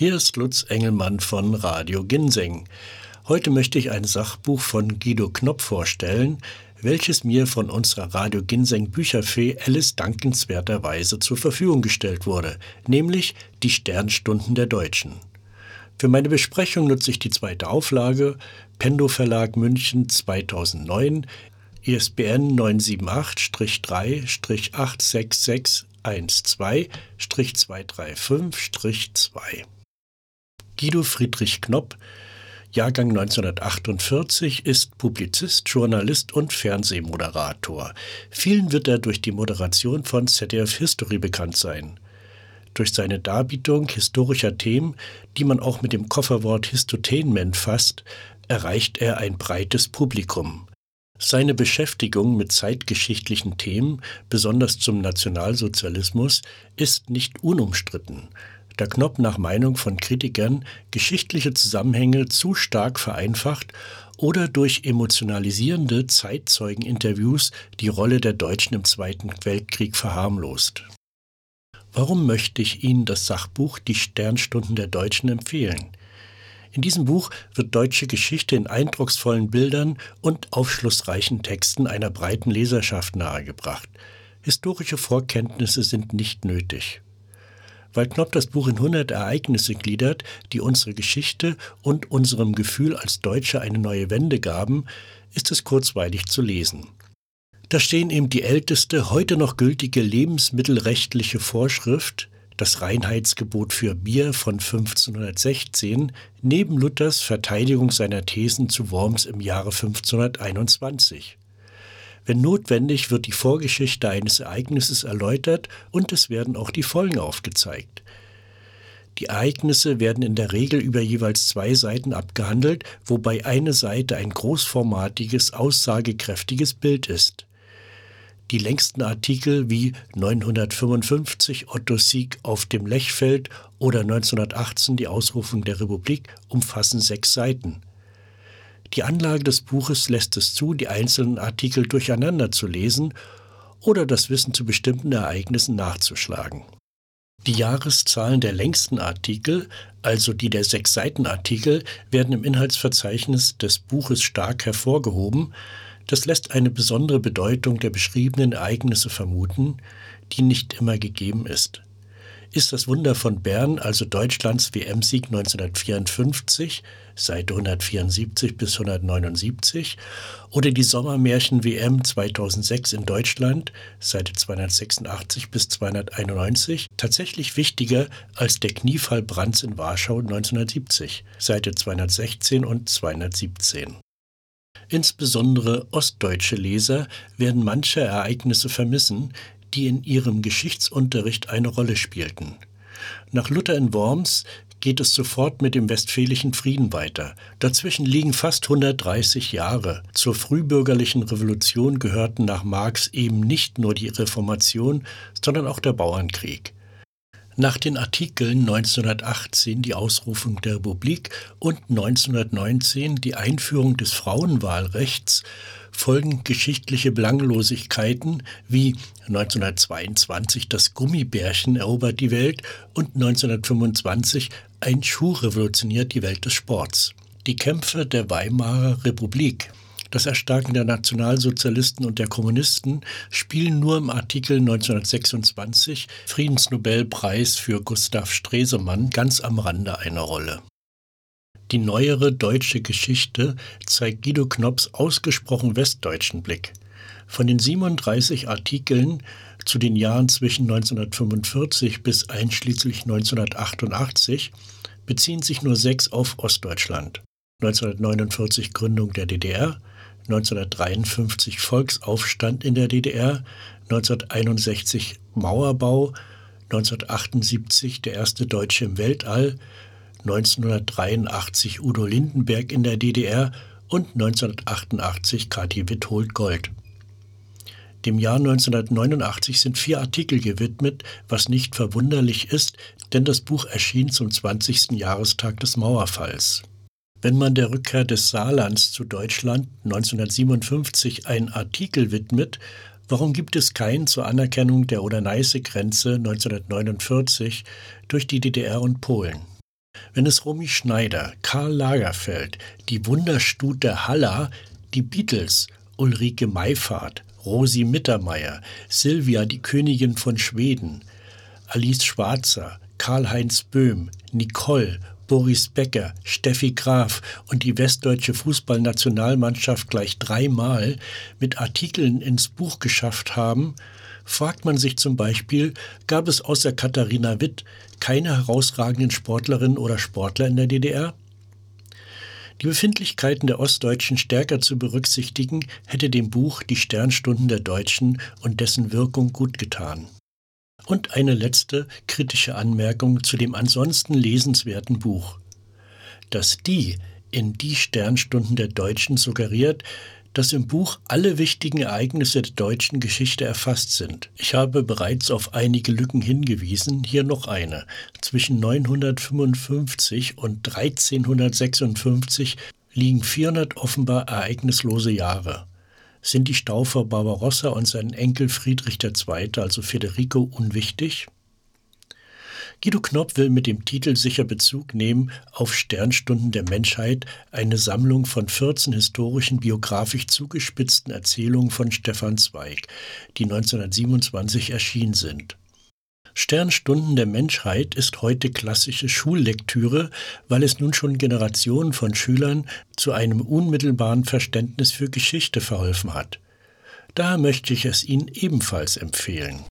Hier ist Lutz Engelmann von Radio Ginseng. Heute möchte ich ein Sachbuch von Guido Knopp vorstellen, welches mir von unserer Radio Ginseng Bücherfee Alice dankenswerterweise zur Verfügung gestellt wurde, nämlich Die Sternstunden der Deutschen. Für meine Besprechung nutze ich die zweite Auflage, Pendo Verlag München 2009, ISBN 978-3-86612-235-2. Guido Friedrich Knopp, Jahrgang 1948, ist Publizist, Journalist und Fernsehmoderator. Vielen wird er durch die Moderation von ZDF History bekannt sein. Durch seine Darbietung historischer Themen, die man auch mit dem Kofferwort Histotainment fasst, erreicht er ein breites Publikum. Seine Beschäftigung mit zeitgeschichtlichen Themen, besonders zum Nationalsozialismus, ist nicht unumstritten, da Knopp nach Meinung von Kritikern geschichtliche Zusammenhänge zu stark vereinfacht oder durch emotionalisierende Zeitzeugeninterviews die Rolle der Deutschen im Zweiten Weltkrieg verharmlost. Warum möchte ich Ihnen das Sachbuch Die Sternstunden der Deutschen empfehlen? In diesem Buch wird deutsche Geschichte in eindrucksvollen Bildern und aufschlussreichen Texten einer breiten Leserschaft nahegebracht. Historische Vorkenntnisse sind nicht nötig. Weil Knopp das Buch in 100 Ereignisse gliedert, die unsere Geschichte und unserem Gefühl als Deutsche eine neue Wende gaben, ist es kurzweilig zu lesen. Da stehen ihm die älteste, heute noch gültige lebensmittelrechtliche Vorschrift, das Reinheitsgebot für Bier von 1516, neben Luthers Verteidigung seiner Thesen zu Worms im Jahre 1521. Wenn notwendig, wird die Vorgeschichte eines Ereignisses erläutert und es werden auch die Folgen aufgezeigt. Die Ereignisse werden in der Regel über jeweils 2 Seiten abgehandelt, wobei eine Seite ein großformatiges, aussagekräftiges Bild ist. Die längsten Artikel wie 955 Ottos Sieg auf dem Lechfeld oder 1918 die Ausrufung der Republik umfassen 6 Seiten. Die Anlage des Buches lässt es zu, die einzelnen Artikel durcheinander zu lesen oder das Wissen zu bestimmten Ereignissen nachzuschlagen. Die Jahreszahlen der längsten Artikel, also die der 6-Seiten-Artikel, werden im Inhaltsverzeichnis des Buches stark hervorgehoben. Das lässt eine besondere Bedeutung der beschriebenen Ereignisse vermuten, die nicht immer gegeben ist. Ist das Wunder von Bern, also Deutschlands WM-Sieg 1954, Seite 174 bis 179, oder die Sommermärchen-WM 2006 in Deutschland, Seite 286 bis 291, tatsächlich wichtiger als der Kniefall Brandts in Warschau 1970, Seite 216 und 217. Insbesondere ostdeutsche Leser werden manche Ereignisse vermissen, die in ihrem Geschichtsunterricht eine Rolle spielten. Nach Luther in Worms geht es sofort mit dem Westfälischen Frieden weiter. Dazwischen liegen fast 130 Jahre. Zur frühbürgerlichen Revolution gehörten nach Marx eben nicht nur die Reformation, sondern auch der Bauernkrieg. Nach den Artikeln 1918 die Ausrufung der Republik und 1919 die Einführung des Frauenwahlrechts folgen geschichtliche Belanglosigkeiten wie 1922 das Gummibärchen erobert die Welt und 1925 ein Schuh revolutioniert die Welt des Sports. Die Kämpfe der Weimarer Republik, das Erstarken der Nationalsozialisten und der Kommunisten spielen nur im Artikel 1926 Friedensnobelpreis für Gustav Stresemann ganz am Rande eine Rolle. Die neuere deutsche Geschichte zeigt Guido Knopps ausgesprochen westdeutschen Blick. Von den 37 Artikeln zu den Jahren zwischen 1945 bis einschließlich 1988 beziehen sich nur 6 auf Ostdeutschland. 1949 Gründung der DDR, 1953 Volksaufstand in der DDR, 1961 Mauerbau, 1978 der erste Deutsche im Weltall, 1983 Udo Lindenberg in der DDR und 1988 Kathi Witt holt Gold. Dem Jahr 1989 sind 4 Artikel gewidmet, was nicht verwunderlich ist, denn das Buch erschien zum 20. Jahrestag des Mauerfalls. Wenn man der Rückkehr des Saarlands zu Deutschland 1957 einen Artikel widmet, warum gibt es keinen zur Anerkennung der Oder-Neiße-Grenze 1949 durch die DDR und Polen? Wenn es Romy Schneider, Karl Lagerfeld, die Wunderstute Halla, die Beatles, Ulrike Meifahrt, Rosi Mittermeier, Silvia, die Königin von Schweden, Alice Schwarzer, Karl-Heinz Böhm, Nicole, Boris Becker, Steffi Graf und die westdeutsche Fußballnationalmannschaft gleich 3-mal mit Artikeln ins Buch geschafft haben, fragt man sich zum Beispiel, gab es außer Katharina Witt keine herausragenden Sportlerinnen oder Sportler in der DDR? Die Befindlichkeiten der Ostdeutschen stärker zu berücksichtigen, hätte dem Buch Die Sternstunden der Deutschen und dessen Wirkung gut getan. Und eine letzte kritische Anmerkung zu dem ansonsten lesenswerten Buch. Dass die in Die Sternstunden der Deutschen suggeriert, dass im Buch alle wichtigen Ereignisse der deutschen Geschichte erfasst sind. Ich habe bereits auf einige Lücken hingewiesen, hier noch eine. Zwischen 955 und 1356 liegen 400 offenbar ereignislose Jahre. Sind die Staufer Barbarossa und sein Enkel Friedrich II., also Federico, unwichtig? Guido Knopp will mit dem Titel sicher Bezug nehmen auf Sternstunden der Menschheit, eine Sammlung von 14 historischen, biografisch zugespitzten Erzählungen von Stefan Zweig, die 1927 erschienen sind. Sternstunden der Menschheit ist heute klassische Schullektüre, weil es nun schon Generationen von Schülern zu einem unmittelbaren Verständnis für Geschichte verholfen hat. Daher möchte ich es Ihnen ebenfalls empfehlen.